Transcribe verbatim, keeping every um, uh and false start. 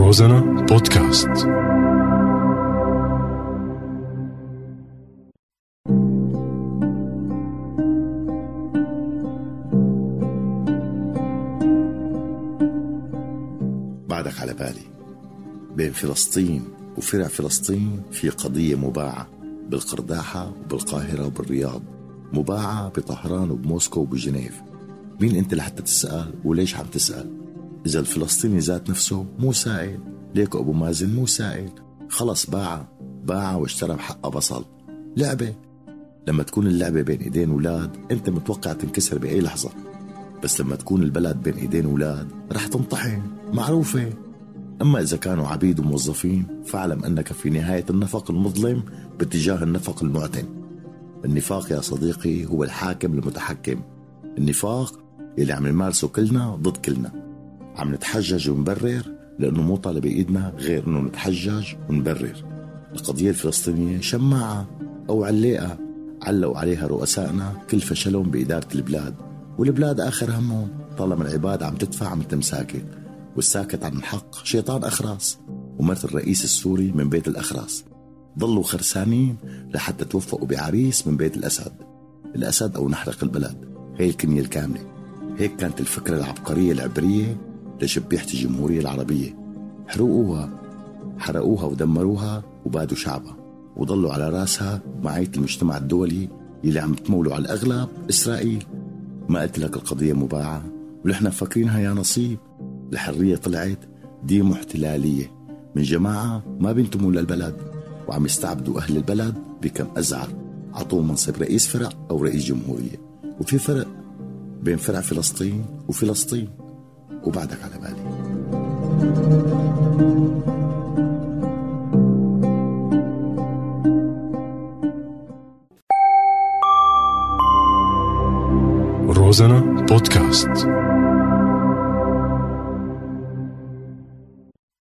روزانا بودكاست. بعدك على بالي. بين فلسطين وفرع فلسطين في قضية مباعة بالقرداحة وبالقاهرة وبالرياض، مباعة بطهران وبموسكو وبجنيف. مين انت لحتى تسأل وليش عم تسأل؟ إذا الفلسطيني ذات نفسه مو سائل، ليك أبو مازن مو سائل، خلص باع باع واشترى بحقه بصل. لعبة. لما تكون اللعبة بين إيدين أولاد أنت متوقع تنكسر بأي لحظة، بس لما تكون البلد بين إيدين أولاد رح تنطحن، معروفة. أما إذا كانوا عبيد وموظفين فاعلم أنك في نهاية النفق المظلم باتجاه النفق المعتن. النفاق يا صديقي هو الحاكم المتحكم. النفاق اللي عم نمارسه كلنا ضد كلنا، عم نتحجج ونبرر لأنه مو طالب بإيدنا غير أنه نتحجج ونبرر. القضية الفلسطينية شماعة أو علاقة علقوا عليها رؤسائنا كل فشلهم بإدارة البلاد، والبلاد آخر همهم طالما العباد عم تدفع مثل مساكت، والساكت عن الحق شيطان أخرس. ومرت الرئيس السوري من بيت الأخرس، ضلوا خرسانين لحتى توفقوا بعريس من بيت الأسد. الأسد أو نحرق البلد، هي الكنية الكاملة. هيك كانت الفكرة العبقرية العبرية لشبيحة الجمهورية العربية. حرقوها، حرقوها ودمروها وبادوا شعبها، وضلوا على راسها معية المجتمع الدولي اللي عم تمولوا على الأغلب إسرائيل. ما قلت لك القضية مباعة ونحن فاكرينها يا نصيب؟ الحرية طلعت ديمو احتلالية من جماعة ما بينتموا للبلد، وعم يستعبدوا أهل البلد بكم أزعر، عطوه منصب رئيس فرع أو رئيس جمهورية. وفي فرق بين فرع فلسطين وفلسطين. وبعدك على بالي. روزانا بودكاست.